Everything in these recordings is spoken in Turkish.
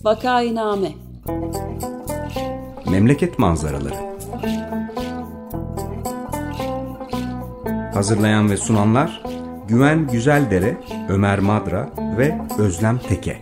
Vakainame. Memleket manzaraları. Hazırlayan ve sunanlar Güven Güzeldere, Ömer Madra ve Özlem Teke.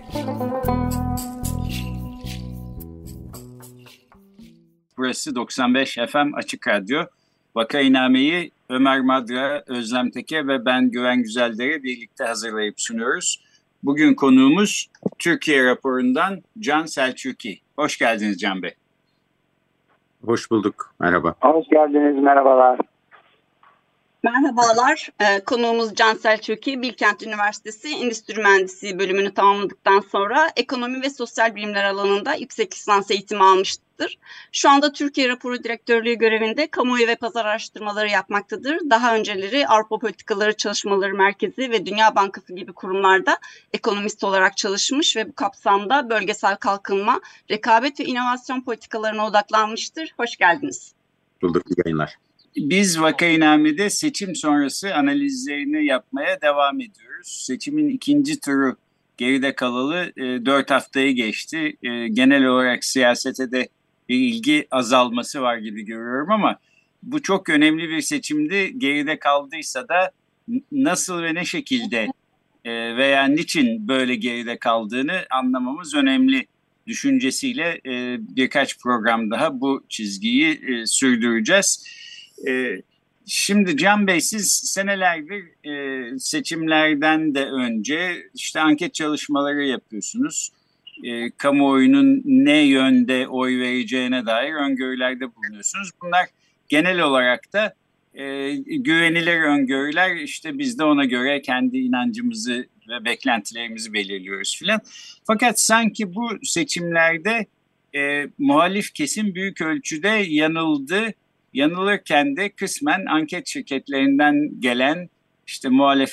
Burası 95 FM Açık Radyo. Vakainame'yi Ömer Madra, Özlem Teke ve ben Güven Güzeldere birlikte hazırlayıp sunuyoruz. Bugün konuğumuz Türkiye raporundan Can Selçuki. Hoş geldiniz Can Bey. Hoş bulduk. Merhaba. Hoş geldiniz. Merhabalar. Merhabalar. Konuğumuz Can Selçuki, Bilkent Üniversitesi Endüstri Mühendisliği bölümünü tamamladıktan sonra ekonomi ve sosyal bilimler alanında yüksek lisans eğitimi almıştır. Şu anda Türkiye Raporu Direktörlüğü görevinde kamuoyu ve pazar araştırmaları yapmaktadır. Daha önceleri Avrupa Politikaları Çalışmaları Merkezi ve Dünya Bankası gibi kurumlarda ekonomist olarak çalışmış ve bu kapsamda bölgesel kalkınma, rekabet ve inovasyon politikalarına odaklanmıştır. Hoş geldiniz. Bulduk. İyi yayınlar. Biz Vakainame'de seçim sonrası analizlerini yapmaya devam ediyoruz. Seçimin ikinci turu geride kalalı 4 haftayı geçti. Genel olarak siyasete de bir ilgi azalması var gibi görüyorum ama bu çok önemli bir seçimdi. Geride kaldıysa da nasıl ve ne şekilde veya niçin böyle geride kaldığını anlamamız önemli düşüncesiyle birkaç program daha bu çizgiyi sürdüreceğiz. Şimdi Can Bey, siz senelerdir seçimlerden de önce işte anket çalışmaları yapıyorsunuz. Kamuoyunun ne yönde oy vereceğine dair öngörülerde bulunuyorsunuz. Bunlar genel olarak da güvenilir öngörüler. İşte biz de ona göre kendi inancımızı ve beklentilerimizi belirliyoruz filan. Fakat sanki bu seçimlerde muhalif kesim büyük ölçüde yanıldı. Yanılırken de kısmen anket şirketlerinden gelen işte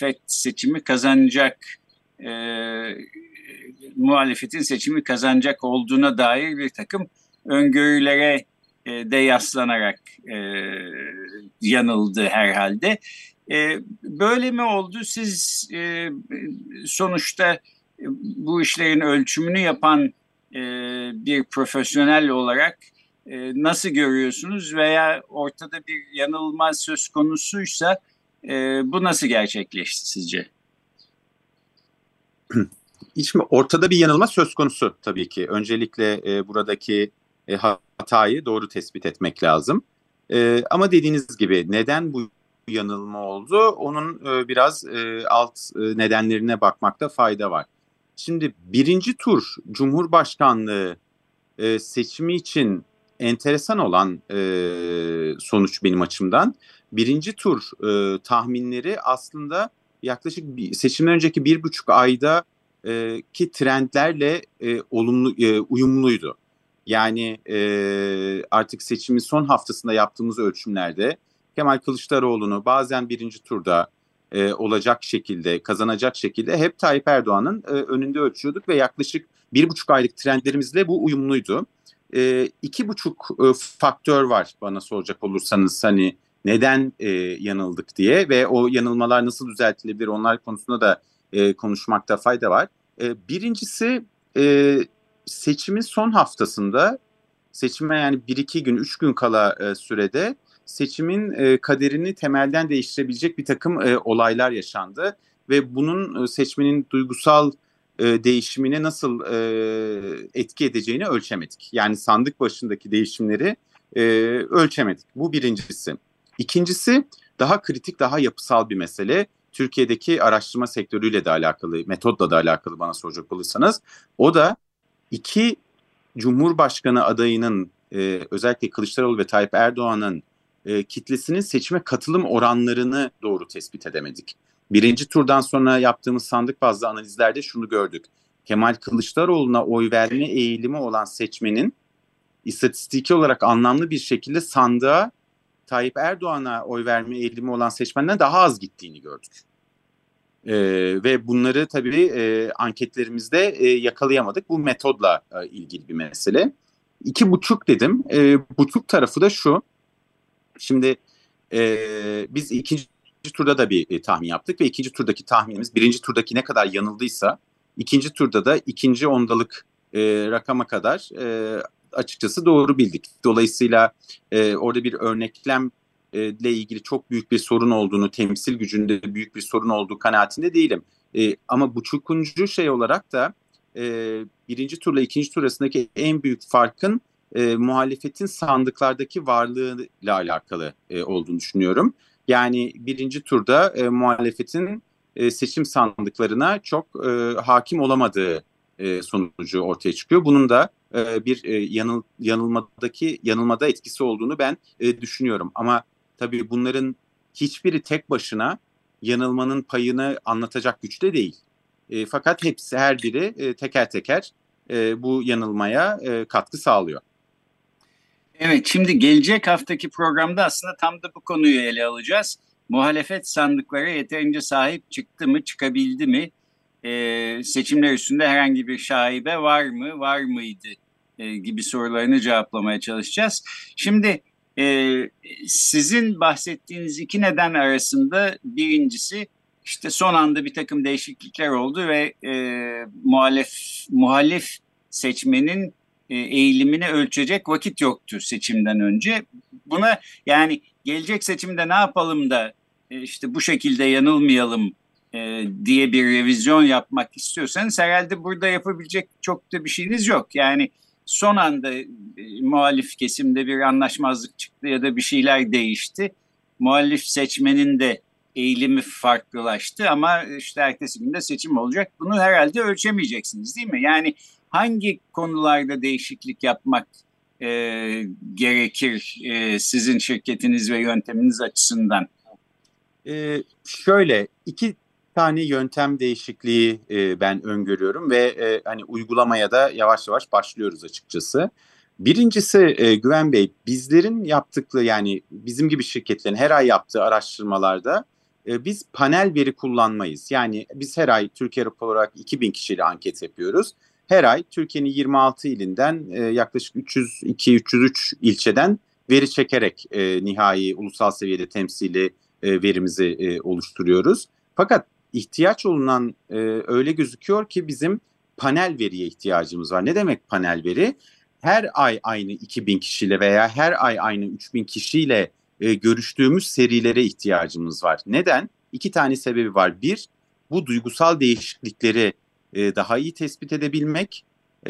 muhalefetin seçimi kazanacak olduğuna dair bir takım öngörülere de yaslanarak yanıldı herhalde. Böyle mi oldu? Siz sonuçta bu işlerin ölçümünü yapan bir profesyonel olarak nasıl görüyorsunuz veya ortada bir yanılma söz konusuysa bu nasıl gerçekleşti sizce? Şimdi ortada bir yanılma söz konusu tabii ki. Öncelikle buradaki hatayı doğru tespit etmek lazım. Ama dediğiniz gibi neden bu yanılma oldu? Onun biraz alt nedenlerine bakmakta fayda var. Şimdi birinci tur Cumhurbaşkanlığı seçimi için enteresan olan sonuç benim açımdan. Birinci tur tahminleri aslında yaklaşık seçimden önceki 1,5 ayda ki trendlerle uyumluydu. Yani artık seçimin son haftasında yaptığımız ölçümlerde Kemal Kılıçdaroğlu'nu bazen birinci turda olacak şekilde, kazanacak şekilde hep Tayyip Erdoğan'ın önünde ölçüyorduk ve yaklaşık 1,5 aylık trendlerimizle bu uyumluydu. 2,5 faktör var bana soracak olursanız hani neden yanıldık diye ve o yanılmalar nasıl düzeltilebilir onlar konusunda da konuşmakta fayda var. Birincisi seçimin son haftasında seçime yani 1-2 gün 3 gün kala sürede seçimin kaderini temelden değiştirebilecek bir takım olaylar yaşandı ve bunun seçmenin duygusal değişimine nasıl etki edeceğini ölçemedik. Yani sandık başındaki değişimleri ölçemedik. Bu birincisi. İkincisi daha kritik, daha yapısal bir mesele. Türkiye'deki araştırma sektörüyle de alakalı, metotla da alakalı bana soracak olursanız. O da iki Cumhurbaşkanı adayının özellikle Kılıçdaroğlu ve Tayyip Erdoğan'ın kitlesinin seçime katılım oranlarını doğru tespit edemedik. Birinci turdan sonra yaptığımız sandık bazlı analizlerde şunu gördük. Kemal Kılıçdaroğlu'na oy verme eğilimi olan seçmenin istatistiki olarak anlamlı bir şekilde sandığa Tayyip Erdoğan'a oy verme eğilimi olan seçmenden daha az gittiğini gördük. Ve bunları tabii anketlerimizde yakalayamadık. Bu metodla ilgili bir mesele. 2,5 dedim. Buçuk tarafı da şu. Şimdi biz ikinci turda da bir tahmin yaptık ve ikinci turdaki tahminimiz birinci turdaki ne kadar yanıldıysa ikinci turda da ikinci ondalık rakama kadar açıkçası doğru bildik. Dolayısıyla orada bir örneklem ile ilgili çok büyük bir sorun olduğunu, temsil gücünde büyük bir sorun olduğu kanaatinde değilim. Ama Buçukuncu şey olarak da birinci turla ikinci tur arasındaki en büyük farkın muhalefetin sandıklardaki varlığıyla alakalı olduğunu düşünüyorum. Yani birinci turda muhalefetin seçim sandıklarına çok hakim olamadığı sonucu ortaya çıkıyor. Bunun da bir yanılmada etkisi olduğunu ben düşünüyorum. Ama tabii bunların hiçbiri tek başına yanılmanın payını anlatacak güçte değil. Fakat hepsi, her biri teker teker bu yanılmaya katkı sağlıyor. Evet, şimdi gelecek haftaki programda aslında tam da bu konuyu ele alacağız. Muhalefet sandıklara yeterince sahip çıktı mı, çıkabildi mi? Seçimler üstünde herhangi bir şaibe var mı, var mıydı gibi sorularını cevaplamaya çalışacağız. Şimdi sizin bahsettiğiniz iki neden arasında birincisi işte son anda bir takım değişiklikler oldu ve muhalif seçmenin eğilimini ölçecek vakit yoktu seçimden önce. Buna yani gelecek seçimde ne yapalım da işte bu şekilde yanılmayalım diye bir revizyon yapmak istiyorsanız herhalde burada yapabilecek çok da bir şeyiniz yok. Yani son anda muhalif kesimde bir anlaşmazlık çıktı ya da bir şeyler değişti. Muhalif seçmenin de eğilimi farklılaştı ama işte ertesi günde seçim olacak. Bunu herhalde ölçemeyeceksiniz, değil mi? Yani hangi konularda değişiklik yapmak gerekir sizin şirketiniz ve yönteminiz açısından? Şöyle iki tane yöntem değişikliği ben öngörüyorum ve hani uygulamaya da yavaş yavaş başlıyoruz açıkçası. Birincisi Güven Bey, bizlerin yaptıkları, yani bizim gibi şirketlerin her ay yaptığı araştırmalarda biz panel veri kullanmayız. Yani biz her ay Türkiye Rapor olarak 2000 kişiyle anket yapıyoruz. Her ay Türkiye'nin 26 ilinden yaklaşık 302-303 ilçeden veri çekerek nihai ulusal seviyede temsili verimizi oluşturuyoruz. Fakat ihtiyaç olunan öyle gözüküyor ki bizim panel veriye ihtiyacımız var. Ne demek panel veri? Her ay aynı 2000 kişiyle veya her ay aynı 3000 kişiyle görüştüğümüz serilere ihtiyacımız var. Neden? İki tane sebebi var. Bir, bu duygusal değişiklikleri daha iyi tespit edebilmek,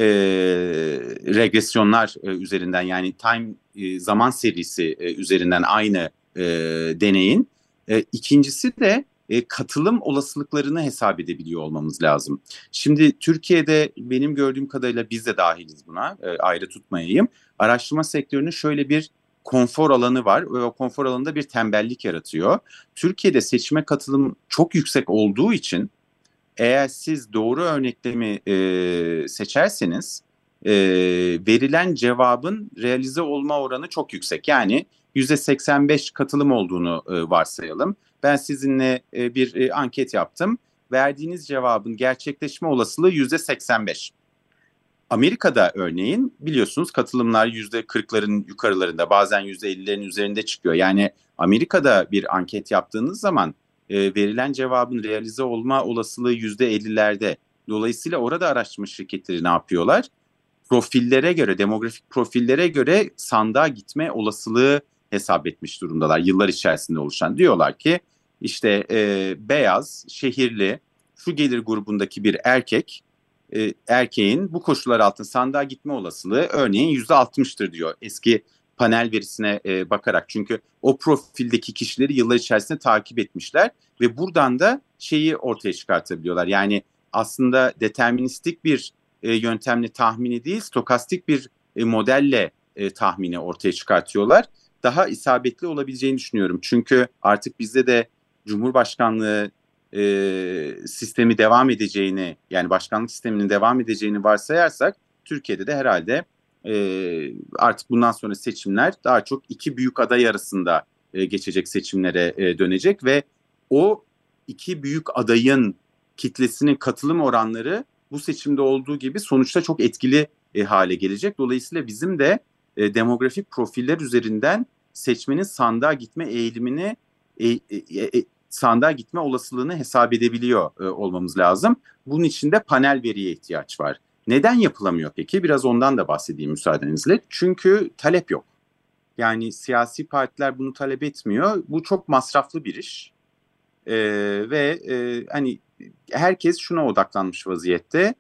regresyonlar üzerinden, yani zaman serisi üzerinden aynı deneyin. İkincisi de katılım olasılıklarını hesap edebiliyor olmamız lazım. Şimdi Türkiye'de benim gördüğüm kadarıyla biz de dahiliz buna, ayrı tutmayayım. Araştırma sektörünün şöyle bir konfor alanı var ve o konfor alanında bir tembellik yaratıyor. Türkiye'de seçime katılım çok yüksek olduğu için eğer siz doğru örneklemi seçerseniz verilen cevabın realize olma oranı çok yüksek. Yani %85 katılım olduğunu varsayalım. Ben sizinle bir anket yaptım. Verdiğiniz cevabın gerçekleşme olasılığı %85. Amerika'da örneğin biliyorsunuz katılımlar %40'ların yukarılarında, bazen %50'lerin üzerinde çıkıyor. Yani Amerika'da bir anket yaptığınız zaman verilen cevabın realize olma olasılığı %50'lerde. Dolayısıyla orada araştırma şirketleri ne yapıyorlar? Profillere göre, demografik profillere göre sandığa gitme olasılığı hesap etmiş durumdalar yıllar içerisinde oluşan. Diyorlar ki işte beyaz, şehirli, şu gelir grubundaki bir erkeğin bu koşullar altında sandığa gitme olasılığı örneğin %60'tır diyor eski panel verisine bakarak. Çünkü o profildeki kişileri yıllar içerisinde takip etmişler ve buradan da şeyi ortaya çıkartabiliyorlar. Yani aslında deterministik bir yöntemle tahmini değil, stokastik bir modelle tahmini ortaya çıkartıyorlar. Daha isabetli olabileceğini düşünüyorum. Çünkü artık bizde de Cumhurbaşkanlığı sistemi devam edeceğini, yani başkanlık sisteminin devam edeceğini varsayarsak Türkiye'de de herhalde artık bundan sonra seçimler daha çok iki büyük aday arasında geçecek seçimlere dönecek ve o iki büyük adayın kitlesinin katılım oranları bu seçimde olduğu gibi sonuçta çok etkili hale gelecek. Dolayısıyla bizim de demografik profiller üzerinden seçmenin sandığa gitme eğilimini, sandığa gitme olasılığını hesap edebiliyor olmamız lazım. Bunun için de panel veriye ihtiyaç var. Neden yapılamıyor peki? Biraz ondan da bahsedeyim müsaadenizle. Çünkü talep yok. Yani siyasi partiler bunu talep etmiyor. Bu çok masraflı bir iş. Hani herkes şuna odaklanmış vaziyette.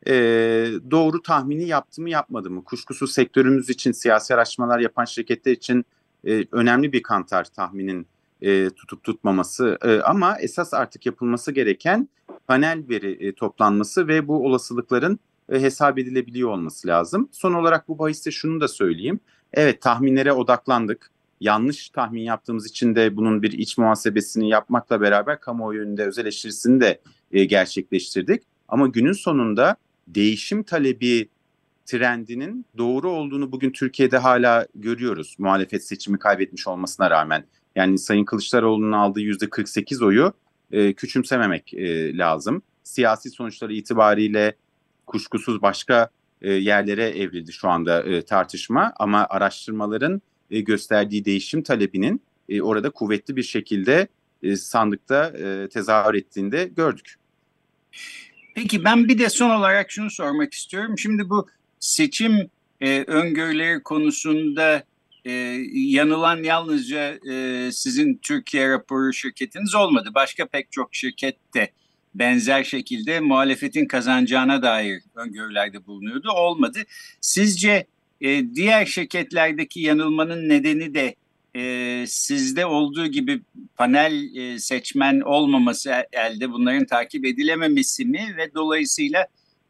Doğru tahmini yaptı mı yapmadı mı? Kuşkusuz sektörümüz için, siyasi araştırmalar yapan şirketler için önemli bir kantar tahminin tutup tutmaması. Ama esas artık yapılması gereken panel veri toplanması ve bu olasılıkların hesap edilebiliyor olması lazım. Son olarak bu bahiste şunu da söyleyeyim. Evet, tahminlere odaklandık. Yanlış tahmin yaptığımız için de bunun bir iç muhasebesini yapmakla beraber kamuoyu önünde öz eleştirisini de gerçekleştirdik. Ama günün sonunda değişim talebi trendinin doğru olduğunu bugün Türkiye'de hala görüyoruz. Muhalefet seçimi kaybetmiş olmasına rağmen. Yani Sayın Kılıçdaroğlu'nun aldığı %48 oyu küçümsememek lazım. Siyasi sonuçları itibariyle kuşkusuz başka yerlere evrildi şu anda tartışma. Ama araştırmaların gösterdiği değişim talebinin orada kuvvetli bir şekilde sandıkta tezahür ettiğinde gördük. Peki ben bir de son olarak şunu sormak istiyorum. Şimdi bu seçim öngörüleri konusunda yanılan yalnızca sizin Türkiye raporu şirketiniz olmadı. Başka pek çok şirket de benzer şekilde muhalefetin kazanacağına dair öngörülerde bulunuyordu. Olmadı. Sizce diğer şirketlerdeki yanılmanın nedeni de sizde olduğu gibi panel seçmen olmaması elde, bunların takip edilememesi mi ve dolayısıyla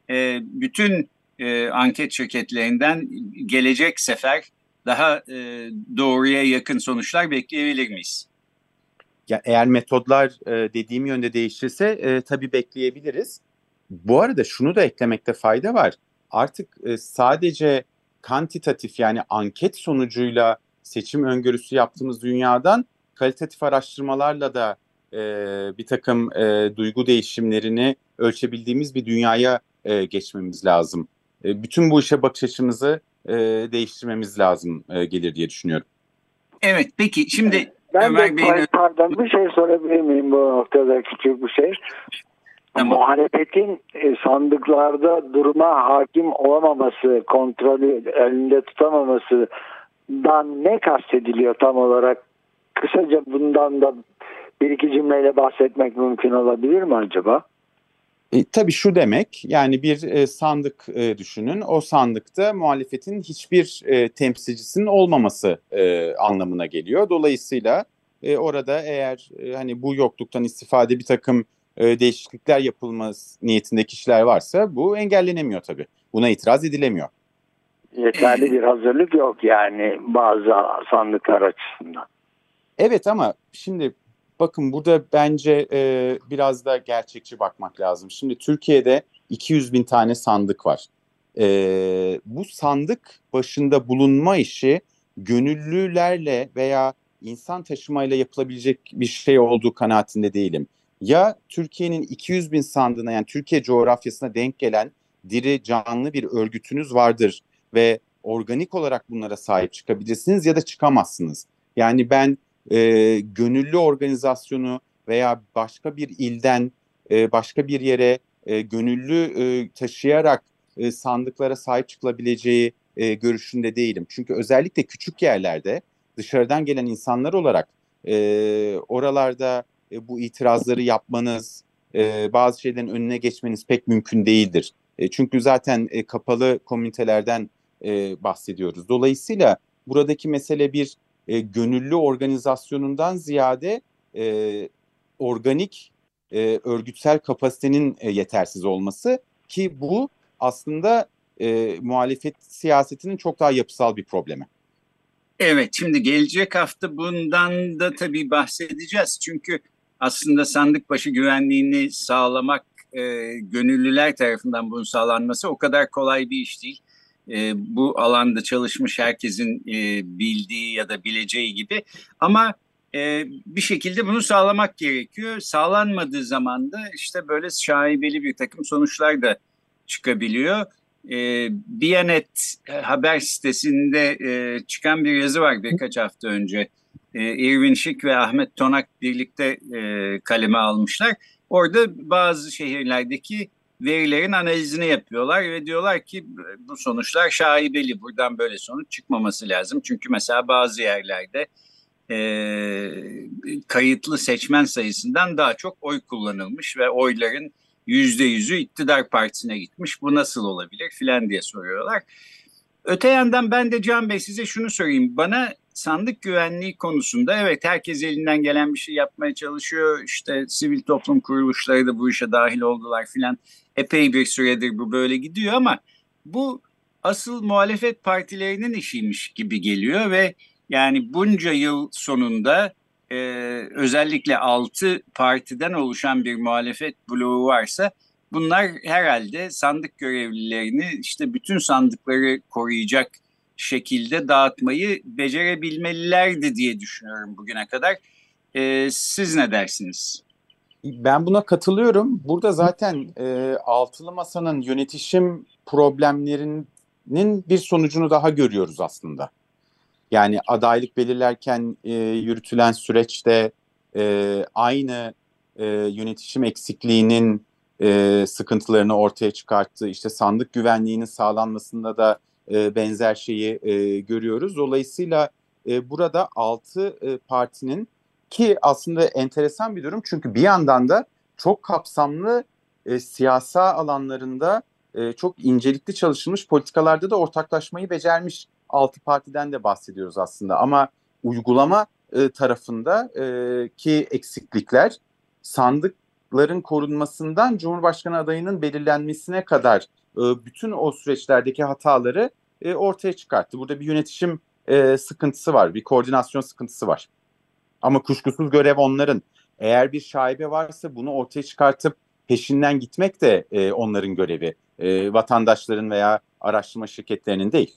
bütün anket şirketlerinden gelecek sefer daha doğruya yakın sonuçlar bekleyebilir miyiz? Ya eğer metodlar dediğim yönde değişirse tabii bekleyebiliriz. Bu arada şunu da eklemekte fayda var. Artık sadece kantitatif, yani anket sonucuyla seçim öngörüsü yaptığımız dünyadan kalitatif araştırmalarla da bir takım duygu değişimlerini ölçebildiğimiz bir dünyaya geçmemiz lazım. Bütün bu işe bakış açımızı değiştirmemiz lazım gelir diye düşünüyorum. Evet, peki şimdi ben Ömer Bey'in... Pardon, bir şey sorabilir miyim bu noktada, küçük bir şey? Tamam. Muhalefetin sandıklarda duruma hakim olamaması, kontrolü elinde tutamamasından ne kastediliyor tam olarak? Kısaca bundan da bir iki cümleyle bahsetmek mümkün olabilir mi acaba? Tabii şu demek, yani bir sandık düşünün. O sandıkta muhalefetin hiçbir temsilcisinin olmaması anlamına geliyor. Dolayısıyla orada eğer hani bu yokluktan istifade bir takım değişiklikler yapılması niyetinde kişiler varsa bu engellenemiyor tabii. Buna itiraz edilemiyor. Yeterli bir hazırlık yok yani bazı sandıklar açısından. Evet, ama şimdi bakın burada bence biraz da gerçekçi bakmak lazım. Şimdi Türkiye'de 200 bin tane sandık var. Bu sandık başında bulunma işi gönüllülerle veya insan taşımayla yapılabilecek bir şey olduğu kanaatinde değilim. Ya Türkiye'nin 200 bin sandığına, yani Türkiye coğrafyasına denk gelen diri canlı bir örgütünüz vardır ve organik olarak bunlara sahip çıkabilirsiniz ya da çıkamazsınız. Yani ben gönüllü organizasyonu veya başka bir ilden başka bir yere gönüllü taşıyarak sandıklara sahip çıkılabileceği görüşünde değilim. Çünkü özellikle küçük yerlerde dışarıdan gelen insanlar olarak oralarda bu itirazları yapmanız, bazı şeylerin önüne geçmeniz pek mümkün değildir. Çünkü zaten kapalı komünitelerden bahsediyoruz. Dolayısıyla buradaki mesele bir gönüllü organizasyonundan ziyade organik örgütsel kapasitenin yetersiz olması, ki bu aslında muhalefet siyasetinin çok daha yapısal bir problemi. Evet, şimdi gelecek hafta bundan da tabii bahsedeceğiz. Çünkü aslında sandık başı güvenliğini sağlamak, gönüllüler tarafından bunun sağlanması o kadar kolay bir iş değil. Bu alanda çalışmış herkesin bildiği ya da bileceği gibi. Ama bir şekilde bunu sağlamak gerekiyor. Sağlanmadığı zaman da işte böyle şaibeli bir takım sonuçlar da çıkabiliyor. Biyanet haber sitesinde çıkan bir yazı var birkaç hafta önce. Irwin Şik ve Ahmet Tonak birlikte kaleme almışlar. Orada bazı şehirlerdeki verilerin analizini yapıyorlar ve diyorlar ki bu sonuçlar şaibeli. Buradan böyle sonuç çıkmaması lazım. Çünkü mesela bazı yerlerde kayıtlı seçmen sayısından daha çok oy kullanılmış ve oyların %100'ü iktidar partisine gitmiş. Bu nasıl olabilir filan diye soruyorlar. Öte yandan ben de Can Bey size şunu sorayım. Bana sandık güvenliği konusunda evet herkes elinden gelen bir şey yapmaya çalışıyor. İşte sivil toplum kuruluşları da bu işe dahil oldular filan. Epey bir süredir bu böyle gidiyor ama bu asıl muhalefet partilerinin işiymiş gibi geliyor ve yani bunca yıl sonunda özellikle 6 partiden oluşan bir muhalefet bloğu varsa bunlar herhalde sandık görevlilerini işte bütün sandıkları koruyacak şekilde dağıtmayı becerebilmelilerdi diye düşünüyorum bugüne kadar. Siz ne dersiniz? Ben buna katılıyorum. Burada zaten altılı masanın yönetişim problemlerinin bir sonucunu daha görüyoruz aslında. Yani adaylık belirlerken yürütülen süreçte aynı yönetişim eksikliğinin sıkıntılarını ortaya çıkarttı. İşte sandık güvenliğinin sağlanmasında da benzer şeyi görüyoruz. Dolayısıyla burada 6 partinin ki aslında enteresan bir durum çünkü bir yandan da çok kapsamlı siyasal alanlarında çok incelikli çalışılmış politikalarda da ortaklaşmayı becermiş 6 partiden de bahsediyoruz aslında. Ama uygulama tarafında ki eksiklikler sandıkların korunmasından Cumhurbaşkanı adayının belirlenmesine kadar bütün o süreçlerdeki hataları ortaya çıkarttı. Burada bir yönetişim sıkıntısı var, bir koordinasyon sıkıntısı var. Ama kuşkusuz görev onların. Eğer bir şaibe varsa bunu ortaya çıkartıp peşinden gitmek de onların görevi. Vatandaşların veya araştırma şirketlerinin değil.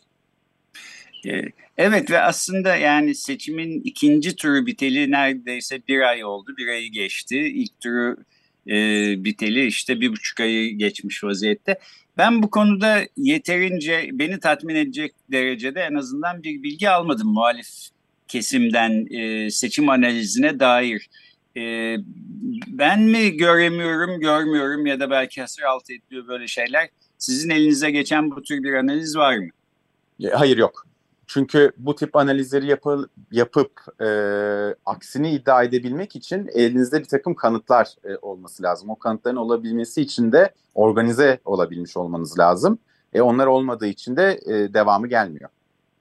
Evet ve aslında yani seçimin ikinci turu biteli neredeyse bir ay oldu. Bir ayı geçti. İlk turu biteli işte 1,5 ayı geçmiş vaziyette. Ben bu konuda yeterince beni tatmin edecek derecede en azından bir bilgi almadım muhalif kesimden seçim analizine dair. Ben mi göremiyorum, görmüyorum ya da belki hasır altı ediliyor böyle şeyler. Sizin elinize geçen bu tür bir analiz var mı? Hayır yok. Çünkü bu tip analizleri yapıp aksini iddia edebilmek için elinizde bir takım kanıtlar olması lazım. O kanıtların olabilmesi için de organize olabilmiş olmanız lazım. Onlar olmadığı için de devamı gelmiyor.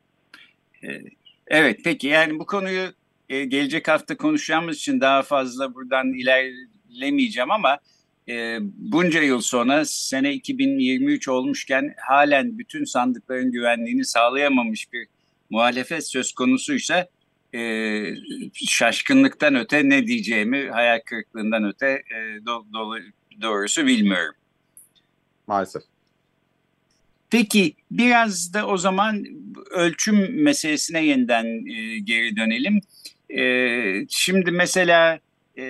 Evet peki yani bu konuyu gelecek hafta konuşacağımız için daha fazla buradan ilerlemeyeceğim ama bunca yıl sonra sene 2023 olmuşken halen bütün sandıkların güvenliğini sağlayamamış bir muhalefet söz konusuysa şaşkınlıktan öte ne diyeceğimi hayal kırıklığından öte doğrusu bilmiyorum. Maalesef. Peki biraz da o zaman ölçüm meselesine yeniden geri dönelim. Şimdi mesela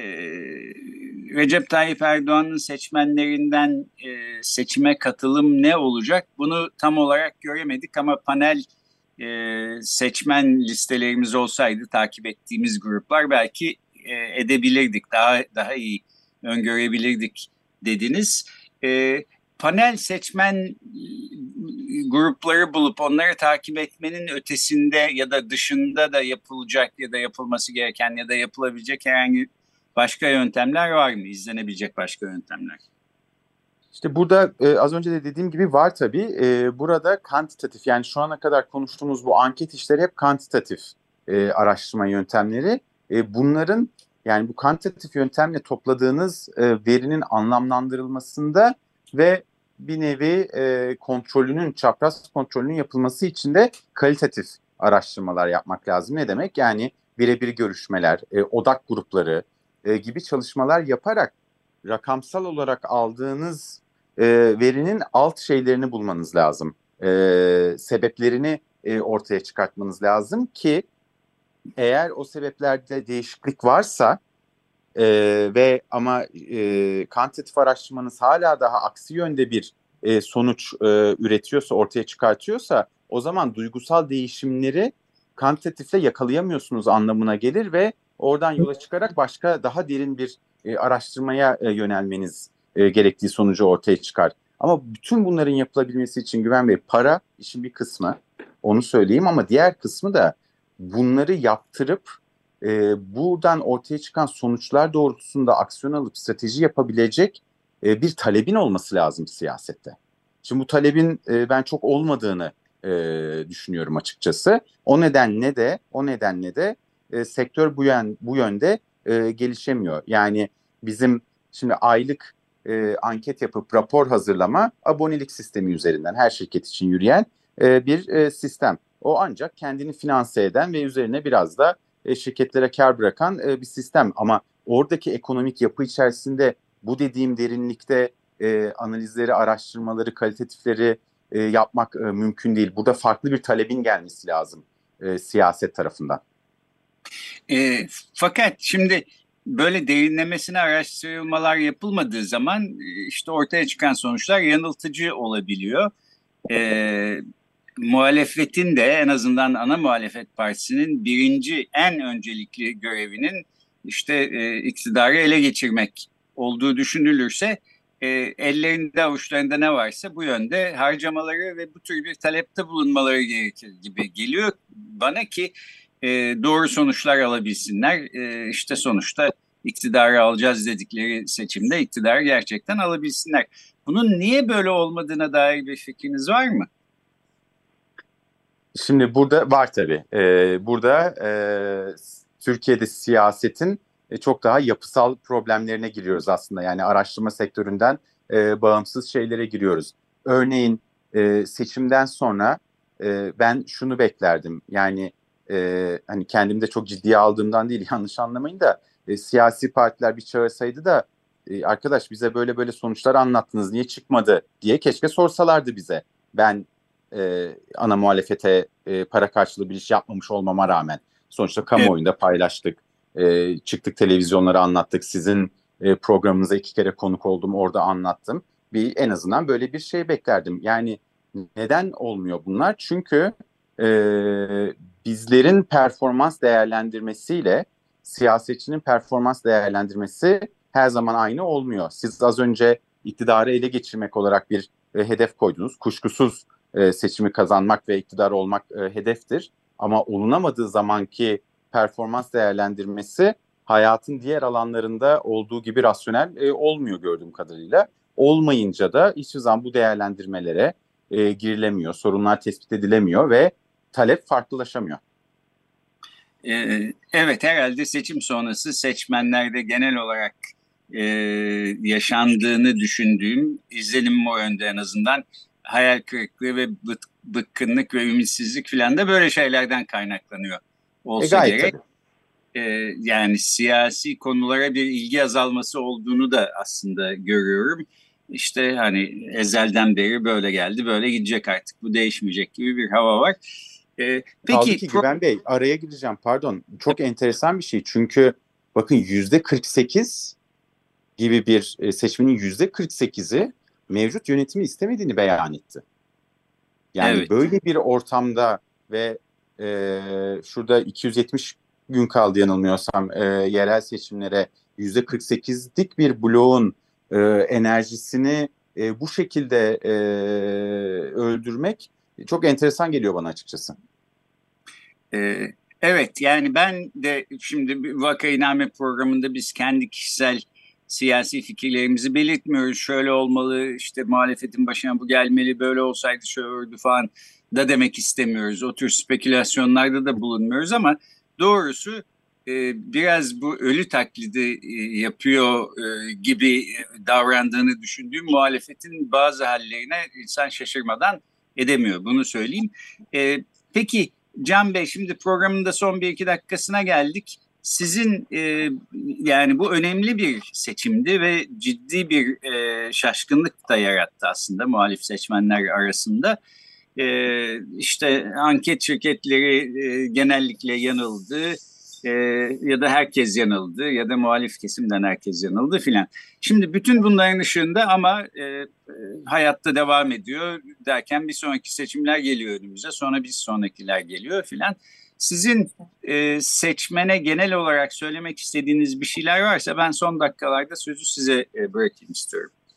Recep Tayyip Erdoğan'ın seçmenlerinden seçime katılım ne olacak? Bunu tam olarak göremedik ama panel seçmen listelerimiz olsaydı takip ettiğimiz gruplar belki edebilirdik, daha iyi öngörebilirdik dediniz. Panel seçmen grupları bulup onları takip etmenin ötesinde ya da dışında da yapılacak ya da yapılması gereken ya da yapılabilecek herhangi başka yöntemler var mı? İzlenebilecek başka yöntemler. İşte burada az önce de dediğim gibi var tabii. Burada kantitatif yani şu ana kadar konuştuğumuz bu anket işleri hep kantitatif araştırma yöntemleri. Bunların yani bu kantitatif yöntemle topladığınız verinin anlamlandırılmasında ve bir nevi kontrolünün, çapraz kontrolünün yapılması için de kalitatif araştırmalar yapmak lazım. Ne demek? Yani birebir görüşmeler, odak grupları gibi çalışmalar yaparak rakamsal olarak aldığınız verinin alt şeylerini bulmanız lazım. Sebeplerini ortaya çıkartmanız lazım ki eğer o sebeplerde değişiklik varsa ve ama kantitatif araştırmanız hala daha aksi yönde bir sonuç üretiyorsa, ortaya çıkartıyorsa o zaman duygusal değişimleri kantitatifle yakalayamıyorsunuz anlamına gelir ve oradan yola çıkarak başka daha derin bir araştırmaya yönelmeniz gerektiği sonucu ortaya çıkar. Ama bütün bunların yapılabilmesi için Güven Bey, para işin bir kısmı, onu söyleyeyim, ama diğer kısmı da bunları yaptırıp buradan ortaya çıkan sonuçlar doğrultusunda aksiyon alıp strateji yapabilecek bir talebin olması lazım siyasette. Şimdi bu talebin ben çok olmadığını düşünüyorum açıkçası. O nedenle de sektör bu yönde gelişemiyor. Yani bizim şimdi aylık anket yapıp rapor hazırlama, abonelik sistemi üzerinden her şirket için yürüyen bir sistem. O ancak kendini finanse eden ve üzerine biraz da şirketlere kar bırakan bir sistem. Ama oradaki ekonomik yapı içerisinde bu dediğim derinlikte analizleri, araştırmaları, kalitatifleri yapmak mümkün değil. Burada farklı bir talebin gelmesi lazım siyaset tarafından. Fakat şimdi böyle derinlemesine araştırmalar yapılmadığı zaman işte ortaya çıkan sonuçlar yanıltıcı olabiliyor. Muhalefetin de, en azından ana muhalefet partisinin en öncelikli görevinin işte iktidarı ele geçirmek olduğu düşünülürse ellerinde avuçlarında ne varsa bu yönde harcamaları ve bu tür bir talepte bulunmaları gerekir gibi geliyor bana ki doğru sonuçlar alabilsinler. İşte sonuçta iktidarı alacağız dedikleri seçimde iktidarı gerçekten alabilsinler. Bunun niye böyle olmadığına dair bir fikriniz var mı? Şimdi burada var tabii. Burada Türkiye'de siyasetin çok daha yapısal problemlerine giriyoruz aslında. Yani araştırma sektöründen bağımsız şeylere giriyoruz. Örneğin seçimden sonra ben şunu beklerdim. Yani hani kendimde çok ciddiye aldığımdan değil, yanlış anlamayın da siyasi partiler bir çağırsaydı da arkadaş bize böyle böyle sonuçlar anlattınız, niye çıkmadı diye keşke sorsalardı bize. Ben ana muhalefete para karşılığı bir iş yapmamış olmama rağmen sonuçta kamuoyunda paylaştık. Çıktık televizyonlara anlattık. Sizin programınıza 2 kere konuk oldum, orada anlattım. En azından böyle bir şey beklerdim. Yani neden olmuyor bunlar? Çünkü bizlerin performans değerlendirmesiyle siyasetçinin performans değerlendirmesi her zaman aynı olmuyor. Siz az önce iktidarı ele geçirmek olarak bir hedef koydunuz. Kuşkusuz seçimi kazanmak ve iktidar olmak hedeftir. Ama olunamadığı zamanki performans değerlendirmesi hayatın diğer alanlarında olduğu gibi rasyonel olmuyor gördüğüm kadarıyla. Olmayınca da hiçbir zaman bu değerlendirmelere girilemiyor, sorunlar tespit edilemiyor ve talep farklılaşamıyor. Evet, herhalde seçim sonrası seçmenlerde genel olarak yaşandığını düşündüğüm izlenim o yönde, en azından hayal kırıklığı ve bıkkınlık ve ümitsizlik filan da böyle şeylerden kaynaklanıyor olsa gerek. Yani siyasi konulara bir ilgi azalması olduğunu da aslında görüyorum. İşte hani ezelden beri böyle geldi, böyle gidecek, artık bu değişmeyecek gibi bir hava var. Peki kaldı ki Güven Bey, araya gireceğim, pardon. Çok enteresan bir şey, çünkü bakın %48 gibi bir seçmenin %48'i mevcut yönetimi istemediğini beyan etti. Yani böyle bir ortamda ve şurada 270 gün kaldı yanılmıyorsam yerel seçimlere, %48'lik bir bloğun enerjisini bu şekilde öldürmek çok enteresan geliyor bana açıkçası. Evet, yani ben de şimdi Vakainame programında biz kendi kişisel siyasi fikirlerimizi belirtmiyoruz. Şöyle olmalı, işte muhalefetin başına bu gelmeli, böyle olsaydı şöyle olurdu falan da demek istemiyoruz. O tür spekülasyonlarda da bulunmuyoruz ama doğrusu biraz bu ölü taklidi yapıyor gibi davrandığını düşündüğüm muhalefetin bazı hallerine insan şaşırmadan edemiyor. Bunu söyleyeyim. Peki Can Bey, şimdi programın da son 1-2 dakikasına geldik. Sizin yani bu önemli bir seçimdi ve ciddi bir şaşkınlık da yarattı aslında muhalif seçmenler arasında. İşte anket şirketleri genellikle yanıldı ya da herkes yanıldı ya da muhalif kesimden herkes yanıldı filan. Şimdi bütün bunların ışığında ama hayatta devam ediyor derken bir sonraki seçimler geliyor önümüze, sonra bir sonrakiler geliyor filan. Sizin seçmene genel olarak söylemek istediğiniz bir şeyler varsa ben son dakikalarda sözü size bırakayım istiyorum.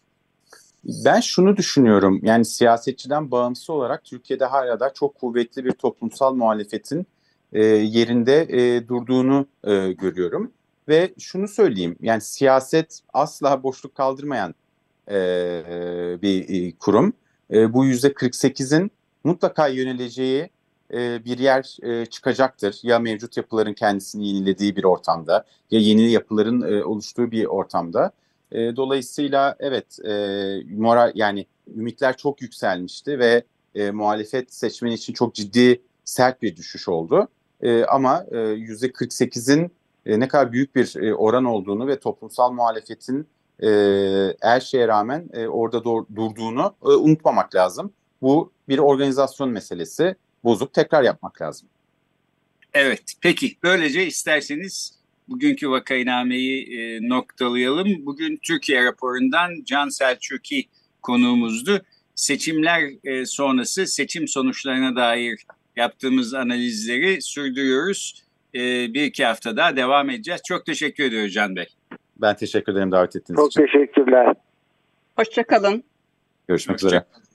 Ben şunu düşünüyorum, yani siyasetçiden bağımsız olarak Türkiye'de hala da çok kuvvetli bir toplumsal muhalefetin yerinde durduğunu görüyorum. Ve şunu söyleyeyim, yani siyaset asla boşluk kaldırmayan bir kurum. Bu %48'in mutlaka yöneleceği bir yer çıkacaktır. Ya mevcut yapıların kendisini yenilediği bir ortamda, ya yeni yapıların oluştuğu bir ortamda. Dolayısıyla evet, moral, yani ümitler çok yükselmişti ve muhalefet seçmeni için çok ciddi, sert bir düşüş oldu. Ama %48'in ne kadar büyük bir oran olduğunu ve toplumsal muhalefetin her şeye rağmen orada durduğunu unutmamak lazım. Bu bir organizasyon meselesi. Bozup tekrar yapmak lazım. Evet, peki. Böylece isterseniz bugünkü Vakainame'yi noktalayalım. Bugün Türkiye raporundan Can Selçuki konuğumuzdu. Seçimler sonrası seçim sonuçlarına dair yaptığımız analizleri sürdürüyoruz. Bir iki hafta daha devam edeceğiz. Çok teşekkür ediyoruz Can Bey. Ben teşekkür ederim davet ettiğiniz için. Çok teşekkürler. Hoşça kalın. Görüşmek üzere.